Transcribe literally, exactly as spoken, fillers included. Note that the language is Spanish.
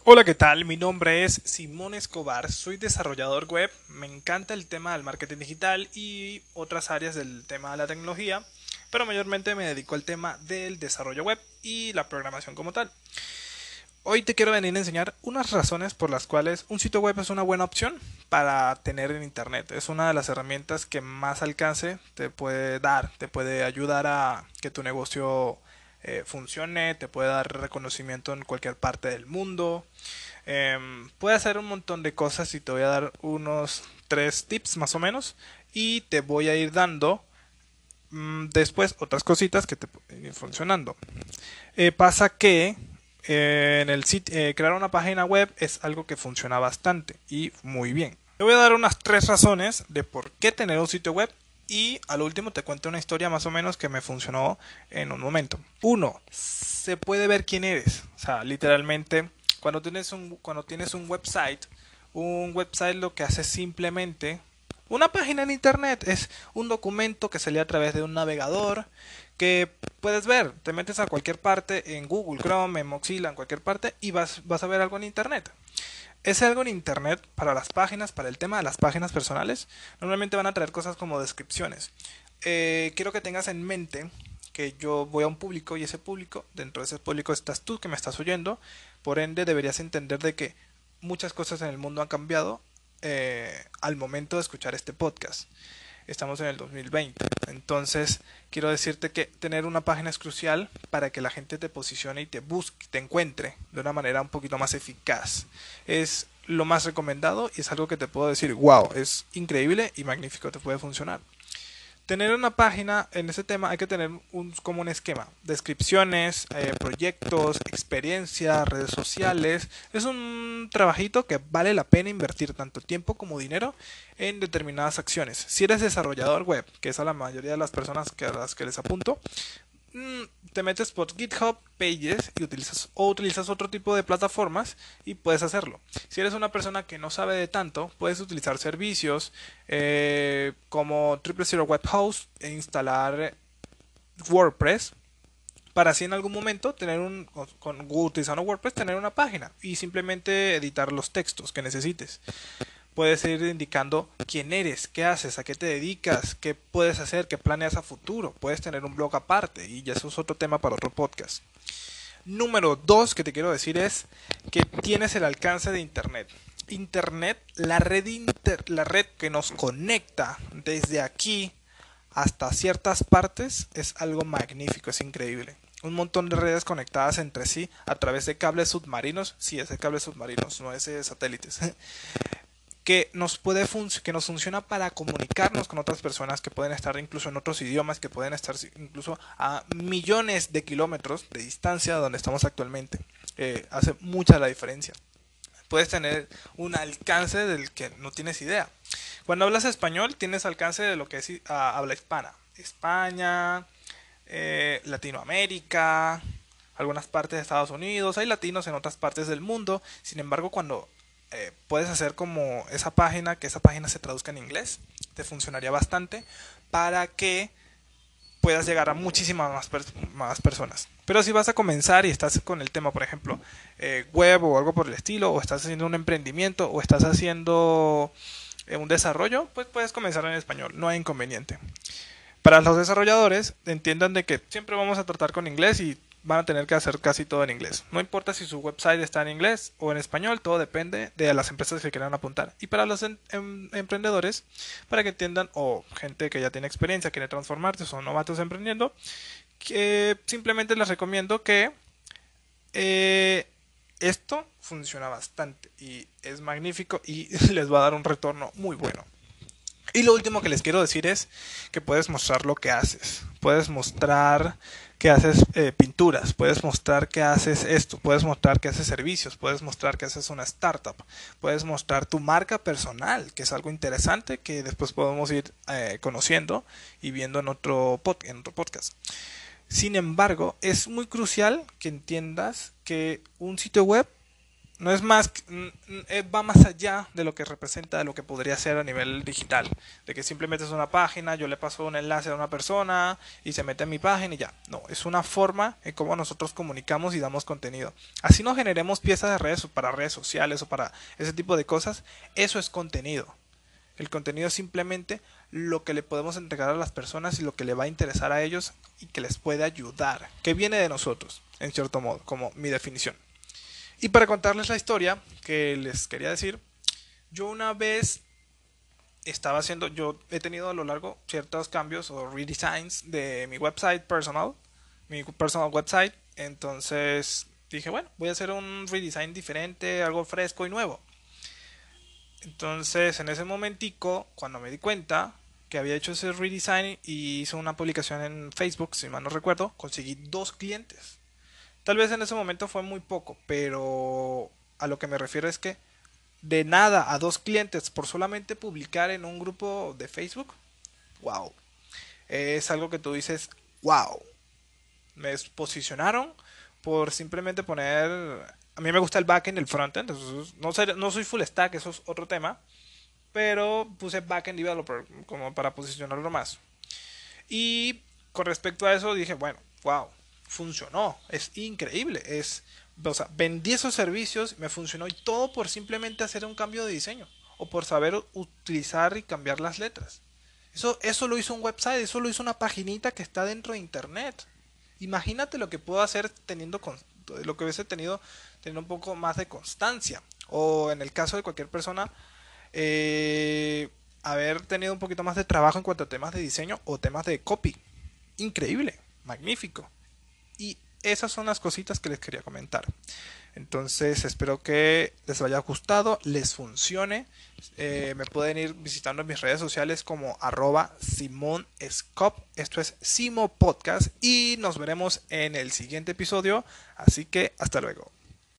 Hola, ¿qué tal? Mi nombre es Simón Escobar, soy desarrollador web, me encanta el tema del marketing digital y otras áreas del tema de la tecnología, pero mayormente me dedico al tema del desarrollo web y la programación como tal. Hoy te quiero venir a enseñar unas razones por las cuales un sitio web es una buena opción para tener en internet. Es una de las herramientas que más alcance te puede dar, te puede ayudar a que tu negocio eh, funcione, te puede dar reconocimiento en cualquier parte del mundo. Eh, puede hacer un montón de cosas y te voy a dar unos tres tips más o menos y te voy a ir dando mmm, después otras cositas que te pueden ir funcionando. Eh, pasa que eh, en el sitio, eh, crear una página web es algo que funciona bastante y muy bien. Te voy a dar unas tres razones de por qué tener un sitio web y al último te cuento una historia más o menos que me funcionó en un momento. Uno, se puede ver quién eres. O sea, literalmente, cuando tienes un, cuando tienes un website, un website lo que hace es simplemente una página en internet, es un documento que se lee a través de un navegador que puedes ver, te metes a cualquier parte en Google Chrome, en Mozilla, en cualquier parte y vas, vas a ver algo en internet. Ese algo en internet para las páginas, para el tema de las páginas personales, normalmente van a traer cosas como descripciones. Eh, quiero que tengas en mente que yo voy a un público y ese público, dentro de ese público estás tú que me estás oyendo, por ende deberías entender de que muchas cosas en el mundo han cambiado eh, al momento de escuchar este podcast. Estamos en el dos mil veinte. Entonces, quiero decirte que tener una página es crucial para que la gente te posicione y te busque, te encuentre de una manera un poquito más eficaz. Es lo más recomendado y es algo que te puedo decir, wow, es increíble y magnífico, te puede funcionar. Tener una página en ese tema hay que tener un, como un esquema. Descripciones, eh, proyectos, experiencia, redes sociales. Es un trabajito que vale la pena invertir tanto tiempo como dinero en determinadas acciones. Si eres desarrollador web, que es a la mayoría de las personas que a las que les apunto, te metes por GitHub Pages y utilizas o utilizas otro tipo de plataformas y puedes hacerlo. Si eres una persona que no sabe de tanto, puedes utilizar servicios eh, como Triple Zero Web Host e instalar WordPress para así en algún momento tener un con, utilizando WordPress tener una página y simplemente editar los textos que necesites. Puedes ir indicando quién eres, qué haces, a qué te dedicas, qué puedes hacer, qué planeas a futuro. Puedes tener un blog aparte y ya eso es otro tema para otro podcast. Número dos que te quiero decir es que tienes el alcance de Internet. Internet, la red, inter, la red que nos conecta desde aquí hasta ciertas partes es algo magnífico, es increíble. Un montón de redes conectadas entre sí a través de cables submarinos. Sí, es de cables submarinos, no es de satélites. que nos puede que nos funciona para comunicarnos con otras personas que pueden estar incluso en otros idiomas, que pueden estar incluso a millones de kilómetros de distancia de donde estamos actualmente. Eh, hace mucha la diferencia. Puedes tener un alcance del que no tienes idea. Cuando hablas español, tienes alcance de lo que es uh, habla hispana. España, eh, Latinoamérica, algunas partes de Estados Unidos, hay latinos en otras partes del mundo. Sin embargo, cuando eh, puedes hacer como esa página, que esa página se traduzca en inglés, te funcionaría bastante para que puedas llegar a muchísimas más, per más personas. Pero si vas a comenzar y estás con el tema, por ejemplo, eh, web o algo por el estilo, o estás haciendo un emprendimiento, o estás haciendo eh, un desarrollo, pues puedes comenzar en español, no hay inconveniente. Para los desarrolladores, entiendan de que siempre vamos a tratar con inglés y van a tener que hacer casi todo en inglés. No importa si su website está en inglés o en español, todo depende de las empresas que quieran apuntar. Y para los em em emprendedores, para que entiendan, o gente que ya tiene experiencia, quiere transformarse, son novatos emprendiendo, que simplemente les recomiendo que eh, esto funciona bastante y es magnífico y les va a dar un retorno muy bueno. Y lo último que les quiero decir es que puedes mostrar lo que haces. Puedes mostrar que haces eh, pinturas, puedes mostrar que haces esto, puedes mostrar que haces servicios, puedes mostrar que haces una startup, puedes mostrar tu marca personal, que es algo interesante que después podemos ir eh, conociendo y viendo en otro, pod en otro podcast. Sin embargo, es muy crucial que entiendas que un sitio web No es más, va más allá de lo que representa, de lo que podría ser a nivel digital. De que simplemente es una página, yo le paso un enlace a una persona y se mete en mi página y ya. No, es una forma en cómo nosotros comunicamos y damos contenido. Así no generemos piezas de redes para redes sociales o para ese tipo de cosas. Eso es contenido. El contenido es simplemente lo que le podemos entregar a las personas y lo que le va a interesar a ellos y que les puede ayudar. Que viene de nosotros, en cierto modo, como mi definición. Y para contarles la historia que les quería decir, yo una vez estaba haciendo, yo he tenido a lo largo ciertos cambios o redesigns de mi website personal, mi personal website, entonces dije, bueno, voy a hacer un redesign diferente, algo fresco y nuevo. Entonces en ese momentico, cuando me di cuenta que había hecho ese redesign y hice una publicación en Facebook, si mal no recuerdo, conseguí dos clientes. Tal vez en ese momento fue muy poco, pero a lo que me refiero es que de nada a dos clientes por solamente publicar en un grupo de Facebook, wow, es algo que tú dices, wow, me posicionaron por simplemente poner, a mí me gusta el backend y el frontend, entonces no, ser, no soy full stack, eso es otro tema, pero puse backend developer como para posicionarlo más. Y con respecto a eso dije, bueno, wow, funcionó, es increíble, es, o sea, vendí esos servicios, me funcionó y todo por simplemente hacer un cambio de diseño o por saber utilizar y cambiar las letras. Eso, eso lo hizo un website, eso lo hizo una paginita que está dentro de internet. Imagínate lo que puedo hacer teniendo con, lo que hubiese tenido teniendo un poco más de constancia o en el caso de cualquier persona eh, haber tenido un poquito más de trabajo en cuanto a temas de diseño o temas de copy. Increíble, magnífico. Y esas son las cositas que les quería comentar. Entonces espero que les haya gustado, les funcione. Eh, me pueden ir visitando en mis redes sociales como arroba Simon Scop. Esto es Simo Podcast y nos veremos en el siguiente episodio. Así que hasta luego.